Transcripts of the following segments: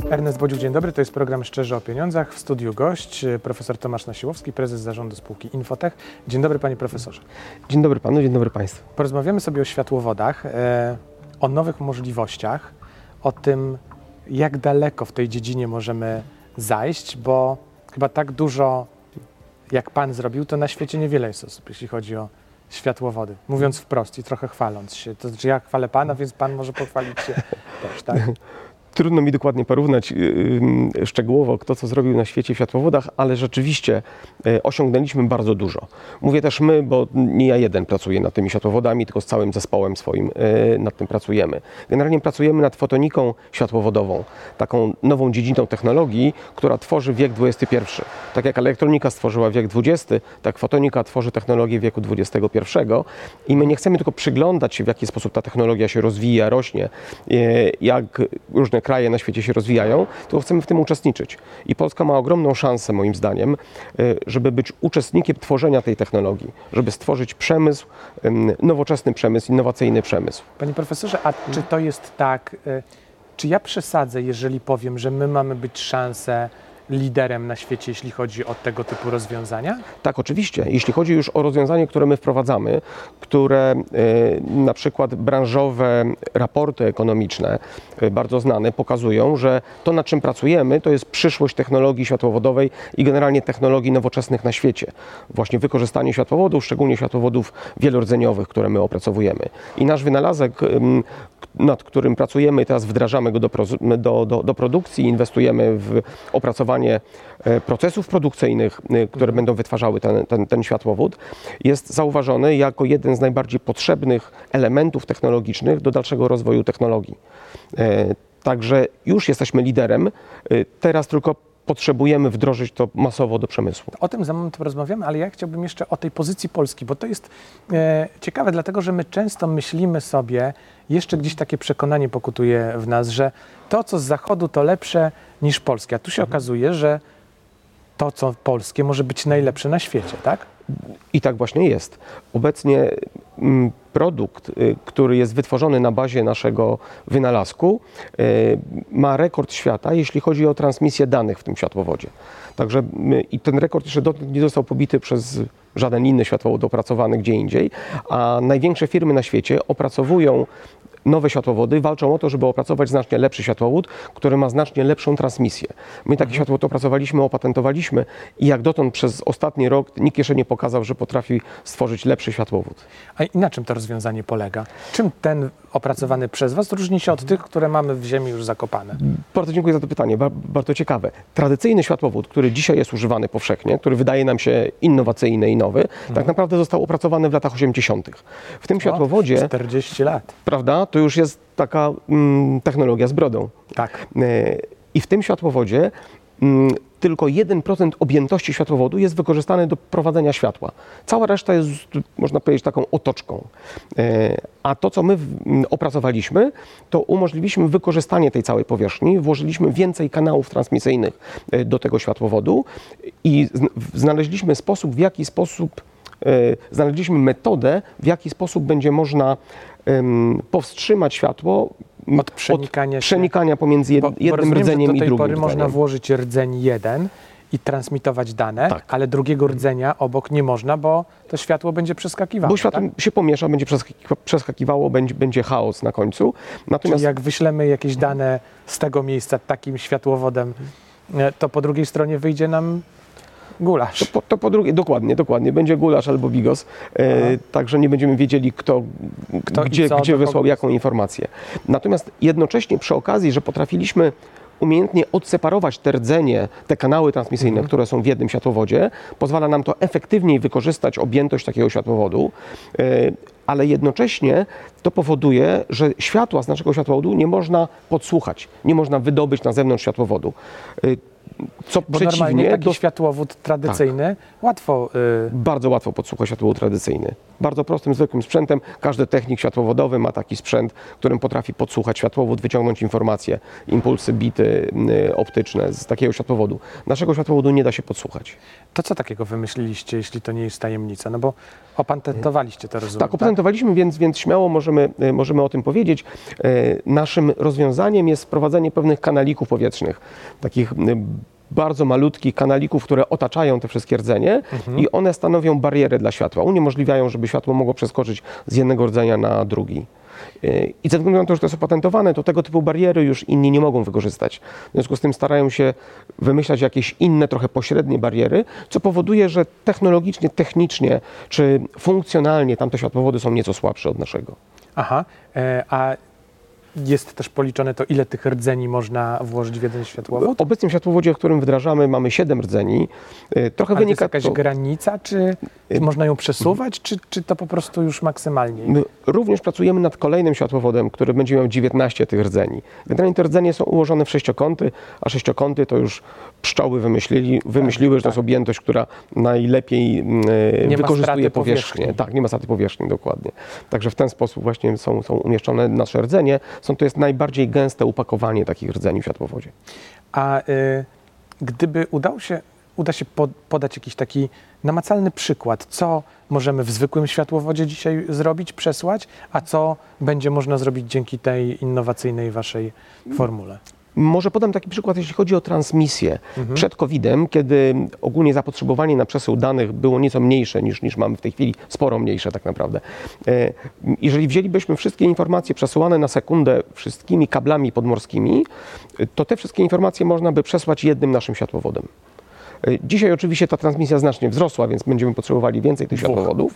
Ernest Bodziuk, dzień dobry. To jest program Szczerze o Pieniądzach. W studiu gość profesor Tomasz Nasiłowski, prezes zarządu spółki Infotech. Dzień dobry, panie profesorze. Dzień dobry panu, dzień dobry państwu. Porozmawiamy sobie o światłowodach, o nowych możliwościach, o tym, jak daleko w tej dziedzinie możemy zajść, bo chyba tak dużo, jak pan zrobił, to na świecie niewiele jest osób, jeśli chodzi o światłowody. Mówiąc wprost i trochę chwaląc się. To znaczy ja chwalę pana, więc pan może pochwalić się też, tak? Trudno mi dokładnie porównać szczegółowo, kto co zrobił na świecie w światłowodach, ale rzeczywiście osiągnęliśmy bardzo dużo. Mówię też my, bo nie ja jeden pracuję nad tymi światłowodami, tylko z całym zespołem swoim nad tym pracujemy. Generalnie pracujemy nad fotoniką światłowodową, taką nową dziedziną technologii, która tworzy wiek XXI. Tak jak elektronika stworzyła wiek XX, tak fotonika tworzy technologię wieku XXI. I my nie chcemy tylko przyglądać się, w jaki sposób ta technologia się rozwija, rośnie, jak różne kraje na świecie się rozwijają, to chcemy w tym uczestniczyć. I Polska ma ogromną szansę, moim zdaniem, żeby być uczestnikiem tworzenia tej technologii, żeby stworzyć przemysł, nowoczesny przemysł, innowacyjny przemysł. Panie profesorze, a czy to jest tak, czy ja przesadzę, jeżeli powiem, że my mamy być szansę liderem na świecie, jeśli chodzi o tego typu rozwiązania? Tak, oczywiście. Jeśli chodzi już o rozwiązanie, które my wprowadzamy, które na przykład branżowe raporty ekonomiczne, bardzo znane, pokazują, że to, nad czym pracujemy, to jest przyszłość technologii światłowodowej i generalnie technologii nowoczesnych na świecie. Właśnie wykorzystanie światłowodów, szczególnie światłowodów wielordzeniowych, które my opracowujemy. I nasz wynalazek, nad którym pracujemy i teraz wdrażamy go do produkcji, inwestujemy w opracowanie procesów produkcyjnych, które będą wytwarzały ten światłowód, jest zauważony jako jeden z najbardziej potrzebnych elementów technologicznych do dalszego rozwoju technologii. Także już jesteśmy liderem, teraz tylko potrzebujemy wdrożyć to masowo do przemysłu. O tym za moment porozmawiamy, ale ja chciałbym jeszcze o tej pozycji Polski, bo to jest ciekawe, dlatego że my często myślimy sobie, jeszcze gdzieś takie przekonanie pokutuje w nas, że to, co z zachodu, to lepsze niż polskie. A tu się okazuje, że to, co polskie, może być najlepsze na świecie, tak? I tak właśnie jest. Obecnie produkt, który jest wytworzony na bazie naszego wynalazku, ma rekord świata, jeśli chodzi o transmisję danych w tym światłowodzie. Także i ten rekord jeszcze dotąd nie został pobity przez żaden inny światłowód opracowany gdzie indziej, a największe firmy na świecie opracowują nowe światłowody, walczą o to, żeby opracować znacznie lepszy światłowód, który ma znacznie lepszą transmisję. My taki światłowód opracowaliśmy, opatentowaliśmy i jak dotąd przez ostatni rok nikt jeszcze nie pokazał, że potrafi stworzyć lepszy światłowód. A i na czym to rozwiązanie polega? Czym ten opracowany przez was różni się od tych, które mamy w ziemi już zakopane? Bardzo dziękuję za to pytanie, bardzo ciekawe. Tradycyjny światłowód, który dzisiaj jest używany powszechnie, który wydaje nam się innowacyjny i nowy, tak naprawdę został opracowany w latach 80. W tym światłowodzie... 40 lat. Prawda? To już jest taka technologia z brodą. Tak. I w tym światłowodzie tylko 1% objętości światłowodu jest wykorzystane do prowadzenia światła. Cała reszta jest, można powiedzieć, taką otoczką. A to, co my opracowaliśmy, to umożliwiliśmy wykorzystanie tej całej powierzchni, włożyliśmy więcej kanałów transmisyjnych do tego światłowodu i znaleźliśmy sposób, znaleźliśmy metodę, w jaki sposób będzie można powstrzymać światło od przenikania pomiędzy jednym rozumiem, rdzeniem i drugim. Do tej pory rdzeniem. można włożyć rdzeń jeden i transmitować dane, tak, ale drugiego rdzenia obok nie można, bo to światło będzie przeskakiwało. Bo światło się pomiesza, będzie przeskakiwało, będzie chaos na końcu. Natomiast czyli jak wyślemy jakieś dane z tego miejsca takim światłowodem, to po drugiej stronie wyjdzie nam gulasz. To po drugie, dokładnie, będzie gulasz albo bigos, także nie będziemy wiedzieli, kto gdzie wysłał jaką informację. Natomiast jednocześnie przy okazji, że potrafiliśmy umiejętnie odseparować te rdzenie, te kanały transmisyjne, które są w jednym światłowodzie, pozwala nam to efektywniej wykorzystać objętość takiego światłowodu, ale jednocześnie to powoduje, że światła z naszego światłowodu nie można podsłuchać, nie można wydobyć na zewnątrz światłowodu. Co bo przeciwnie, normalnie taki światłowód tradycyjny łatwo... Bardzo łatwo podsłuchać światłowód tradycyjny. Bardzo prostym, zwykłym sprzętem. Każdy technik światłowodowy ma taki sprzęt, którym potrafi podsłuchać światłowód, wyciągnąć informacje, impulsy, bity optyczne z takiego światłowodu. Naszego światłowodu nie da się podsłuchać. To co takiego wymyśliliście, jeśli to nie jest tajemnica? No bo opatentowaliście to, rozumiem, Tak, opatentowaliśmy, więc śmiało możemy o tym powiedzieć. Naszym rozwiązaniem jest wprowadzenie pewnych kanalików powietrznych, takich bardzo malutkich kanalików, które otaczają te wszystkie rdzenie i one stanowią barierę dla światła. Uniemożliwiają, żeby światło mogło przeskoczyć z jednego rdzenia na drugi. I ze względu na to, że to jest opatentowane, to tego typu bariery już inni nie mogą wykorzystać. W związku z tym starają się wymyślać jakieś inne, trochę pośrednie bariery, co powoduje, że technologicznie, technicznie czy funkcjonalnie tamte światłowody są nieco słabsze od naszego. Aha, a jest też policzone to, ile tych rdzeni można włożyć w jeden światłowód? W obecnym światłowodzie, w którym wdrażamy, mamy 7 rdzeni. Trochę Ale wynika to jest jakaś granica, czy można ją przesuwać, czy to po prostu już maksymalnie? My również pracujemy nad kolejnym światłowodem, który będzie miał 19 tych rdzeni. Generalnie te rdzenie są ułożone w sześciokąty, a sześciokąty to już pszczoły wymyśliły, że to jest objętość, która najlepiej wykorzystuje powierzchnię. Tak, nie ma straty powierzchni, dokładnie. Także w ten sposób właśnie są umieszczone nasze rdzenie. To jest najbardziej gęste upakowanie takich rdzeni w światłowodzie. A gdyby uda się podać jakiś taki namacalny przykład, co możemy w zwykłym światłowodzie dzisiaj zrobić, przesłać, a co będzie można zrobić dzięki tej innowacyjnej waszej formule? Może podam taki przykład, jeśli chodzi o transmisję. Przed COVID-em, kiedy ogólnie zapotrzebowanie na przesył danych było nieco mniejsze niż mamy w tej chwili, sporo mniejsze tak naprawdę. Jeżeli wzięlibyśmy wszystkie informacje przesyłane na sekundę wszystkimi kablami podmorskimi, to te wszystkie informacje można by przesłać jednym naszym światłowodem. Dzisiaj oczywiście ta transmisja znacznie wzrosła, więc będziemy potrzebowali więcej tych światłowodów.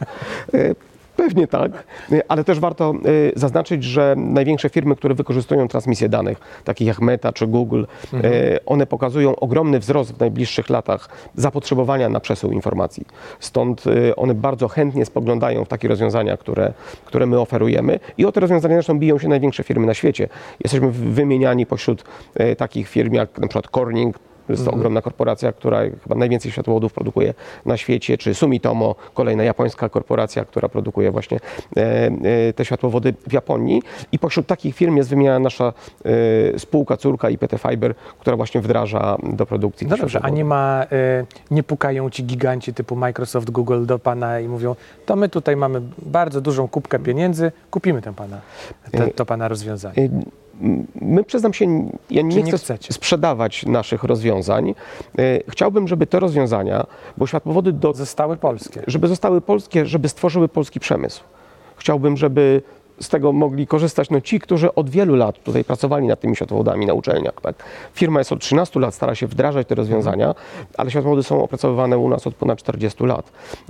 Pewnie tak, ale też warto zaznaczyć, że największe firmy, które wykorzystują transmisję danych, takich jak Meta czy Google, one pokazują ogromny wzrost w najbliższych latach zapotrzebowania na przesył informacji. Stąd one bardzo chętnie spoglądają w takie rozwiązania, które my oferujemy i o te rozwiązania zresztą biją się największe firmy na świecie. Jesteśmy wymieniani pośród takich firm jak na przykład Corning. Jest to ogromna korporacja, która chyba najwięcej światłowodów produkuje na świecie, czy Sumitomo, kolejna japońska korporacja, która produkuje właśnie te światłowody w Japonii. I pośród takich firm jest wymieniana nasza spółka, córka IPT Fiber, która właśnie wdraża do produkcji. No dobrze, a nie pukają ci giganci typu Microsoft, Google do pana i mówią, to my tutaj mamy bardzo dużą kupkę pieniędzy, kupimy to pana rozwiązanie. My, przyznam się, ja nie chcę sprzedawać naszych rozwiązań. Chciałbym, żeby te rozwiązania, bo światłowody zostały polskie. Żeby zostały polskie, żeby stworzyły polski przemysł. Chciałbym, żeby z tego mogli korzystać ci, którzy od wielu lat tutaj pracowali nad tymi światłowodami na uczelniach. Tak? Firma jest od 13 lat, stara się wdrażać te rozwiązania, ale światłowody są opracowywane u nas od ponad 40 lat.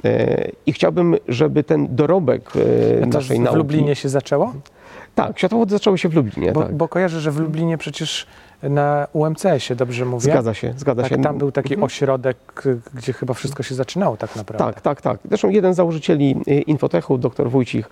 I chciałbym, żeby ten dorobek naszej nauki... W Lublinie się zaczęło? Tak, światłowody zaczęły się w Lublinie. Bo kojarzę, że w Lublinie przecież na UMCS-ie, dobrze mówię? Zgadza się. Tam był taki ośrodek, gdzie chyba wszystko się zaczynało tak naprawdę. Tak. Zresztą jeden z założycieli Infotechu, dr Wójcich,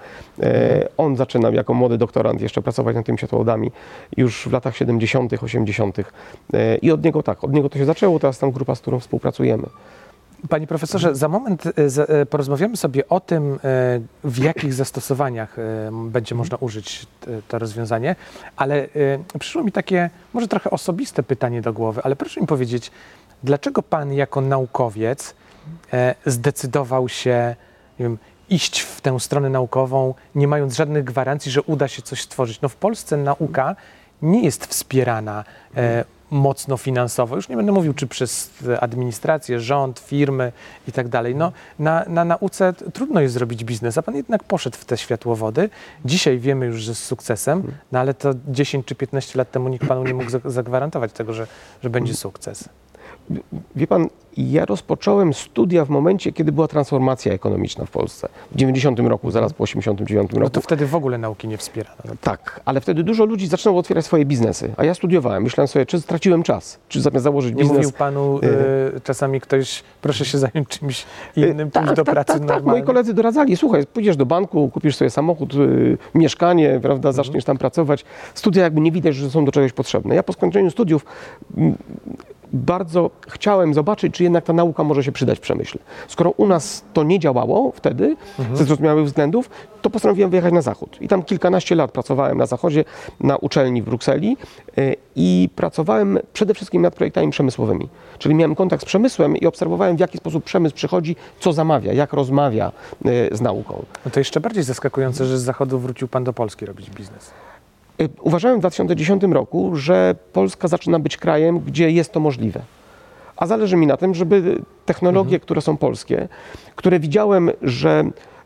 on zaczynał jako młody doktorant jeszcze pracować nad tymi światłowodami już w latach 70., 80. I od niego to się zaczęło, teraz tam grupa, z którą współpracujemy. Panie profesorze, za moment porozmawiamy sobie o tym, w jakich zastosowaniach będzie można użyć to rozwiązanie, ale przyszło mi takie może trochę osobiste pytanie do głowy, ale proszę mi powiedzieć, dlaczego pan jako naukowiec zdecydował się, nie wiem, iść w tę stronę naukową, nie mając żadnych gwarancji, że uda się coś stworzyć? No w Polsce nauka nie jest wspierana mocno finansowo. Już nie będę mówił, czy przez administrację, rząd, firmy i tak dalej. No, na nauce trudno jest zrobić biznes, a pan jednak poszedł w te światłowody. Dzisiaj wiemy już, że z sukcesem, no ale to 10 czy 15 lat temu nikt panu nie mógł zagwarantować tego, że będzie sukces. Wie pan, ja rozpocząłem studia w momencie, kiedy była transformacja ekonomiczna w Polsce. W 90 roku, zaraz po 89 roku. No to wtedy w ogóle nauki nie wspierano. Tak, ale wtedy dużo ludzi zaczynało otwierać swoje biznesy, a ja studiowałem. Myślałem sobie, czy straciłem czas, czy zamiast założyć biznes... Nie mówił panu czasami ktoś, proszę się zająć czymś innym, pójść do pracy normalnej? Tak, moi koledzy doradzali, słuchaj, pójdziesz do banku, kupisz sobie samochód, mieszkanie, prawda, zaczniesz tam pracować. Studia jakby nie widać, że są do czegoś potrzebne. Ja po skończeniu studiów bardzo chciałem zobaczyć, czy jednak ta nauka może się przydać w przemyśle. Skoro u nas to nie działało wtedy, ze zrozumiałych względów, to postanowiłem wyjechać na zachód. I tam kilkanaście lat pracowałem na zachodzie, na uczelni w Brukseli i pracowałem przede wszystkim nad projektami przemysłowymi. Czyli miałem kontakt z przemysłem i obserwowałem, w jaki sposób przemysł przychodzi, co zamawia, jak rozmawia z nauką. No to jeszcze bardziej zaskakujące, że z zachodu wrócił pan do Polski robić biznes. Uważałem w 2010 roku, że Polska zaczyna być krajem, gdzie jest to możliwe. A zależy mi na tym, żeby technologie, które są polskie, które widziałem, że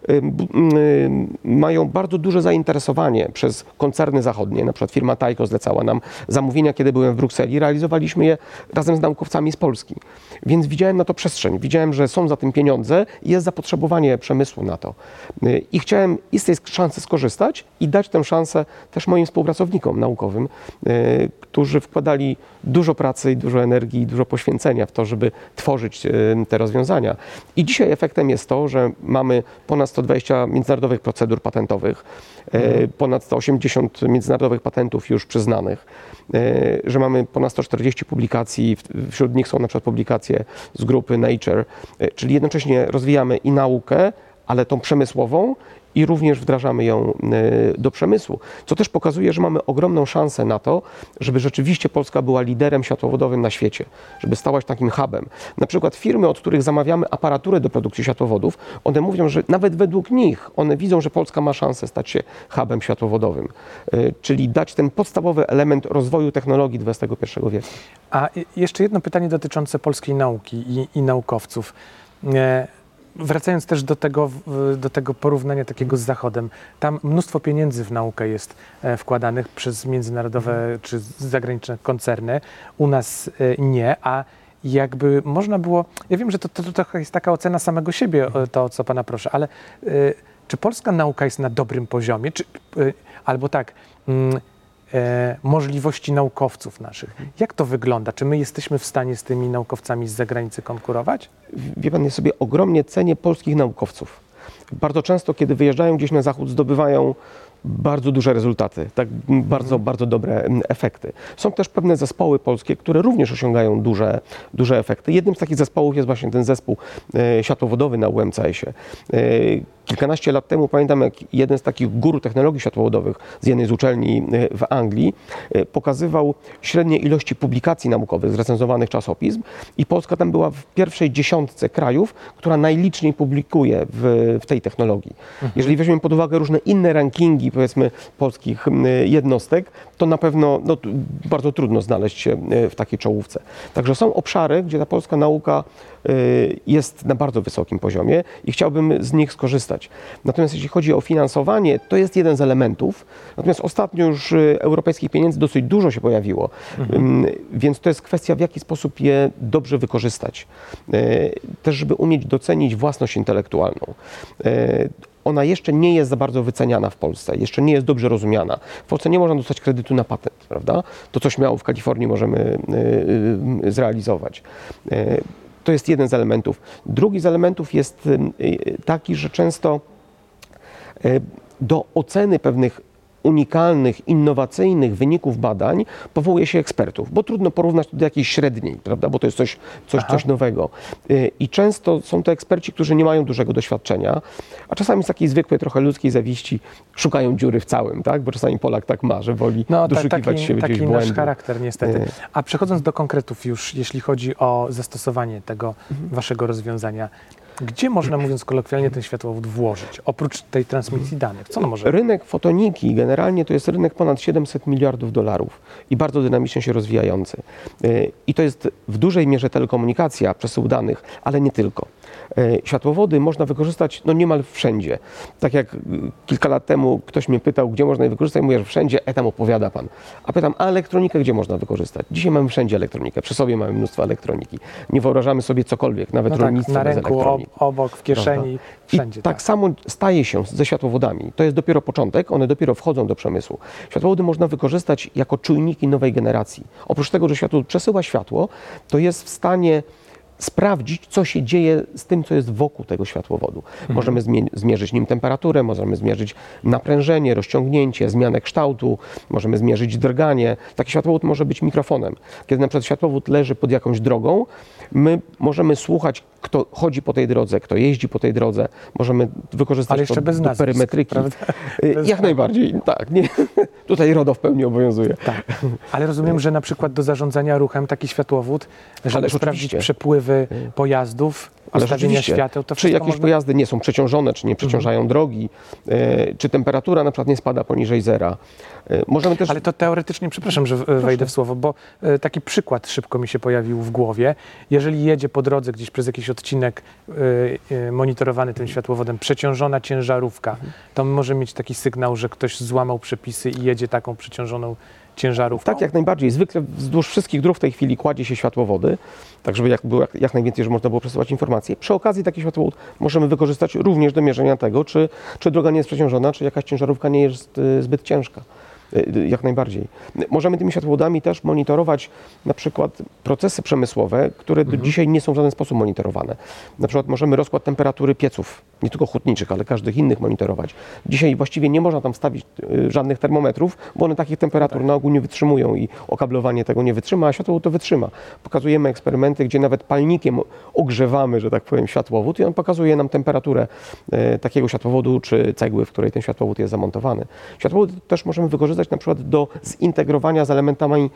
mają bardzo duże zainteresowanie przez koncerny zachodnie, na przykład firma Tyco zlecała nam zamówienia, kiedy byłem w Brukseli, realizowaliśmy je razem z naukowcami z Polski. Więc widziałem na to przestrzeń, widziałem, że są za tym pieniądze i jest zapotrzebowanie przemysłu na to. I chciałem i z tej szansy skorzystać i dać tę szansę też moim współpracownikom naukowym, którzy wkładali dużo pracy i dużo energii i dużo poświęcenia w to, żeby tworzyć te rozwiązania. I dzisiaj efektem jest to, że mamy ponad 120 międzynarodowych procedur patentowych, ponad 180 międzynarodowych patentów już przyznanych, że mamy ponad 140 publikacji, wśród nich są na przykład publikacje z grupy Nature, czyli jednocześnie rozwijamy i naukę, ale tą przemysłową, i również wdrażamy ją do przemysłu, co też pokazuje, że mamy ogromną szansę na to, żeby rzeczywiście Polska była liderem światłowodowym na świecie, żeby stała się takim hubem. Na przykład firmy, od których zamawiamy aparaturę do produkcji światłowodów, one mówią, że nawet według nich one widzą, że Polska ma szansę stać się hubem światłowodowym, czyli dać ten podstawowy element rozwoju technologii XXI wieku. A jeszcze jedno pytanie dotyczące polskiej nauki i naukowców. Wracając też do tego porównania takiego z Zachodem, tam mnóstwo pieniędzy w naukę jest wkładanych przez międzynarodowe czy zagraniczne koncerny, u nas nie, a jakby można było, ja wiem, że to trochę jest taka ocena samego siebie, to o co pana proszę, ale czy polska nauka jest na dobrym poziomie, albo tak, możliwości naukowców naszych. Jak to wygląda? Czy my jesteśmy w stanie z tymi naukowcami z zagranicy konkurować? Wie pan, ja sobie ogromnie cenię polskich naukowców. Bardzo często, kiedy wyjeżdżają gdzieś na zachód, zdobywają bardzo duże rezultaty, tak bardzo dobre efekty. Są też pewne zespoły polskie, które również osiągają duże efekty. Jednym z takich zespołów jest właśnie ten zespół światłowodowy na UMCS-ie. Kilkanaście lat temu pamiętam, jak jeden z takich guru technologii światłowodowych z jednej z uczelni w Anglii pokazywał średnie ilości publikacji naukowych z recenzowanych czasopism i Polska tam była w pierwszej dziesiątce krajów, która najliczniej publikuje w tej technologii. Jeżeli weźmiemy pod uwagę różne inne rankingi, powiedzmy, polskich jednostek, to na pewno bardzo trudno znaleźć się w takiej czołówce. Także są obszary, gdzie ta polska nauka jest na bardzo wysokim poziomie i chciałbym z nich skorzystać. Natomiast jeśli chodzi o finansowanie, to jest jeden z elementów. Natomiast ostatnio już europejskich pieniędzy dosyć dużo się pojawiło, więc to jest kwestia, w jaki sposób je dobrze wykorzystać. Też, żeby umieć docenić własność intelektualną. Ona jeszcze nie jest za bardzo wyceniana w Polsce, jeszcze nie jest dobrze rozumiana. W Polsce nie można dostać kredytu na patent, prawda? To, co śmiało w Kalifornii możemy zrealizować. To jest jeden z elementów. Drugi z elementów jest taki, że często do oceny pewnych unikalnych, innowacyjnych wyników badań powołuje się ekspertów, bo trudno porównać to do jakiejś średniej, prawda, bo to jest coś nowego. I często są to eksperci, którzy nie mają dużego doświadczenia, a czasami z takiej zwykłej, trochę ludzkiej zawiści szukają dziury w całym, tak, bo czasami Polak tak ma, że woli doszukiwać się gdzieś błędu. Taki nasz charakter niestety. A przechodząc do konkretów już, jeśli chodzi o zastosowanie tego waszego rozwiązania, gdzie można, mówiąc kolokwialnie, ten światłowód włożyć, oprócz tej transmisji danych? Co on może? Rynek fotoniki generalnie to jest rynek ponad 700 miliardów dolarów i bardzo dynamicznie się rozwijający. I to jest w dużej mierze telekomunikacja, przesył danych, ale nie tylko. Światłowody można wykorzystać niemal wszędzie. Tak jak kilka lat temu ktoś mnie pytał, gdzie można je wykorzystać, mówię, że wszędzie, tam opowiada pan. A pytam, a elektronikę gdzie można wykorzystać? Dzisiaj mamy wszędzie elektronikę, przy sobie mamy mnóstwo elektroniki. Nie wyobrażamy sobie cokolwiek, nawet rolnictwo na bez ręku, elektroniki. obok, w kieszeni, wszędzie. I tak samo staje się ze światłowodami. To jest dopiero początek, one dopiero wchodzą do przemysłu. Światłowody można wykorzystać jako czujniki nowej generacji. Oprócz tego, że światłowód przesyła światło, to jest w stanie sprawdzić, co się dzieje z tym, co jest wokół tego światłowodu. Możemy zmierzyć nim temperaturę, możemy zmierzyć naprężenie, rozciągnięcie, zmianę kształtu, możemy zmierzyć drganie. Taki światłowód może być mikrofonem. Kiedy na przykład światłowód leży pod jakąś drogą, my możemy słuchać, kto chodzi po tej drodze, kto jeździ po tej drodze. Możemy wykorzystać to do perymetryki. Jak najbardziej, tak. Nie. Tutaj RODO w pełni obowiązuje. Tak. Ale rozumiem, że na przykład do zarządzania ruchem taki światłowód, żeby sprawdzić przepływy pojazdów, ustawienia świateł, to czy jakieś pojazdy nie są przeciążone, czy nie przeciążają drogi, czy temperatura na przykład nie spada poniżej zera. Możemy też... Ale to teoretycznie, przepraszam, że wejdę w słowo, bo taki przykład szybko mi się pojawił w głowie. Jeżeli jedzie po drodze gdzieś przez jakiś odcinek monitorowany tym światłowodem przeciążona ciężarówka, to może mieć taki sygnał, że ktoś złamał przepisy i jedzie taką przeciążoną ciężarówką? Tak, jak najbardziej. Zwykle wzdłuż wszystkich dróg w tej chwili kładzie się światłowody, tak żeby było jak najwięcej, żeby można było przesyłać informacje. Przy okazji taki światłowód możemy wykorzystać również do mierzenia tego, czy droga nie jest przeciążona, czy jakaś ciężarówka nie jest zbyt ciężka. Jak najbardziej. Możemy tymi światłowodami też monitorować na przykład procesy przemysłowe, które do dzisiaj nie są w żaden sposób monitorowane. Na przykład możemy rozkład temperatury pieców, nie tylko hutniczych, ale każdych innych monitorować. Dzisiaj właściwie nie można tam wstawić żadnych termometrów, bo one takich temperatur na ogół nie wytrzymują i okablowanie tego nie wytrzyma, a światłowód to wytrzyma. Pokazujemy eksperymenty, gdzie nawet palnikiem ogrzewamy, że tak powiem, światłowód i on pokazuje nam temperaturę takiego światłowodu czy cegły, w której ten światłowód jest zamontowany. Światłowód też możemy wykorzystać na przykład do zintegrowania z elementami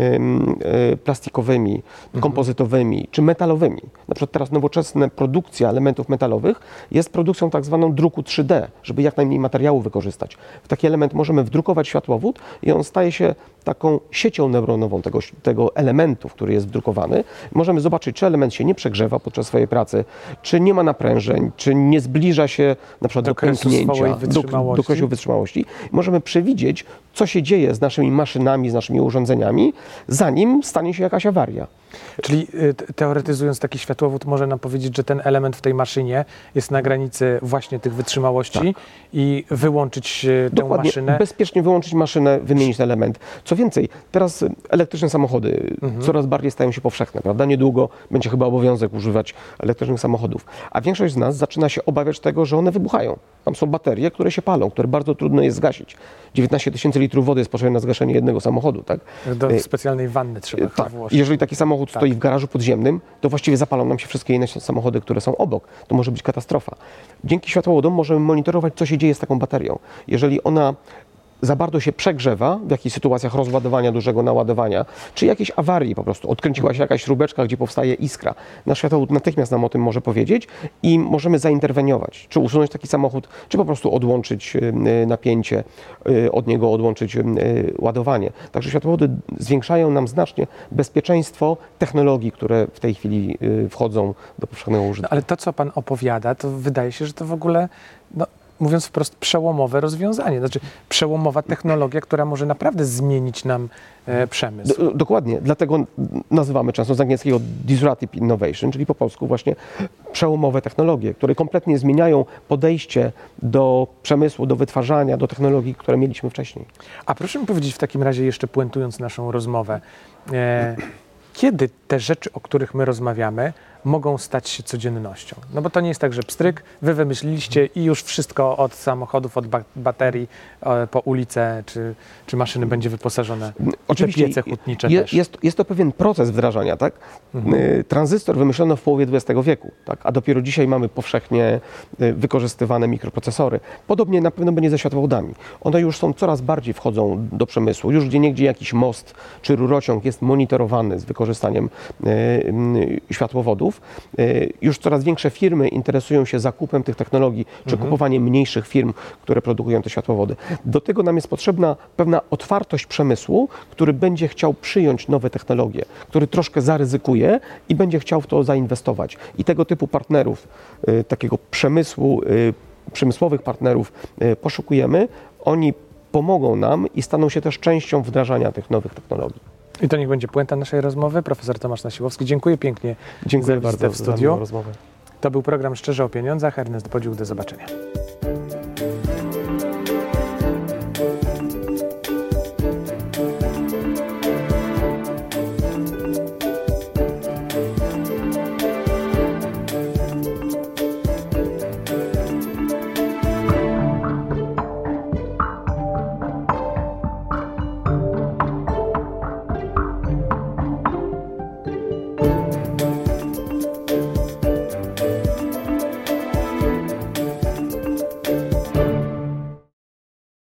plastikowymi, kompozytowymi czy metalowymi. Na przykład teraz nowoczesna produkcja elementów metalowych jest produkcją tak zwaną druku 3D, żeby jak najmniej materiału wykorzystać. W taki element możemy wdrukować światłowód i on staje się taką siecią neuronową tego elementu, który jest wdrukowany. Możemy zobaczyć, czy element się nie przegrzewa podczas swojej pracy, czy nie ma naprężeń, czy nie zbliża się na przykład do pęknięcia, do kresu wytrzymałości. Możemy przewidzieć, co się dzieje z naszymi maszynami, z naszymi urządzeniami, zanim stanie się jakaś awaria. Czyli teoretyzując, taki światłowód może nam powiedzieć, że ten element w tej maszynie jest na granicy właśnie tych wytrzymałości i wyłączyć tę maszynę. Bezpiecznie wyłączyć maszynę, wymienić ten element. Co więcej, teraz elektryczne samochody coraz bardziej stają się powszechne, prawda? Niedługo będzie chyba obowiązek używać elektrycznych samochodów. A większość z nas zaczyna się obawiać tego, że one wybuchają. Tam są baterie, które się palą, które bardzo trudno jest zgasić. 19 000 litrów wody jest potrzebne na zgaszenie jednego samochodu, tak? Do specjalnej wanny trzeba tak. włożyć. Jeżeli taki samochód stoi w garażu podziemnym, to właściwie zapalą nam się wszystkie inne samochody, które są obok. To może być katastrofa. Dzięki światłowodom możemy monitorować, co się dzieje z taką baterią. Jeżeli ona za bardzo się przegrzewa, w jakichś sytuacjach rozładowania, dużego naładowania, czy jakiejś awarii po prostu, odkręciła się jakaś śrubeczka, gdzie powstaje iskra. Nasz światłowód natychmiast nam o tym może powiedzieć i możemy zainterweniować, czy usunąć taki samochód, czy po prostu odłączyć napięcie, od niego odłączyć ładowanie. Także światłowody zwiększają nam znacznie bezpieczeństwo technologii, które w tej chwili wchodzą do powszechnego użytku. Ale to, co Pan opowiada, to wydaje się, że to w ogóle, mówiąc wprost, przełomowe rozwiązanie. Znaczy przełomowa technologia, która może naprawdę zmienić nam przemysł. Dokładnie. Dlatego nazywamy często z angielskiego disruptive innovation, czyli po polsku właśnie przełomowe technologie, które kompletnie zmieniają podejście do przemysłu, do wytwarzania, do technologii, które mieliśmy wcześniej. A proszę mi powiedzieć w takim razie, jeszcze puentując naszą rozmowę, kiedy te rzeczy, o których my rozmawiamy, mogą stać się codziennością? No bo to nie jest tak, że pstryk, wy wymyśliliście i już wszystko od samochodów, od baterii po ulicę czy maszyny będzie wyposażone. Oczywiście te piece hutnicze też. Jest to pewien proces wdrażania, tak? Tranzystor wymyślono w połowie XX wieku, tak? A dopiero dzisiaj mamy powszechnie wykorzystywane mikroprocesory. Podobnie na pewno będzie ze światłowodami. One już coraz bardziej wchodzą do przemysłu. Już gdzieniegdzie jakiś most czy rurociąg jest monitorowany z wykorzystaniem światłowodów. Już coraz większe firmy interesują się zakupem tych technologii, czy kupowaniem mniejszych firm, które produkują te światłowody. Do tego nam jest potrzebna pewna otwartość przemysłu, który będzie chciał przyjąć nowe technologie, który troszkę zaryzykuje i będzie chciał w to zainwestować. I tego typu partnerów, takiego przemysłu, przemysłowych partnerów poszukujemy. Oni pomogą nam i staną się też częścią wdrażania tych nowych technologii. I to niech będzie puenta naszej rozmowy. Profesor Tomasz Nasiłowski, dziękuję pięknie za wizytę w studiu. rozmowę. To był program Szczerze o Pieniądzach. Ernest Bodziuk, do zobaczenia.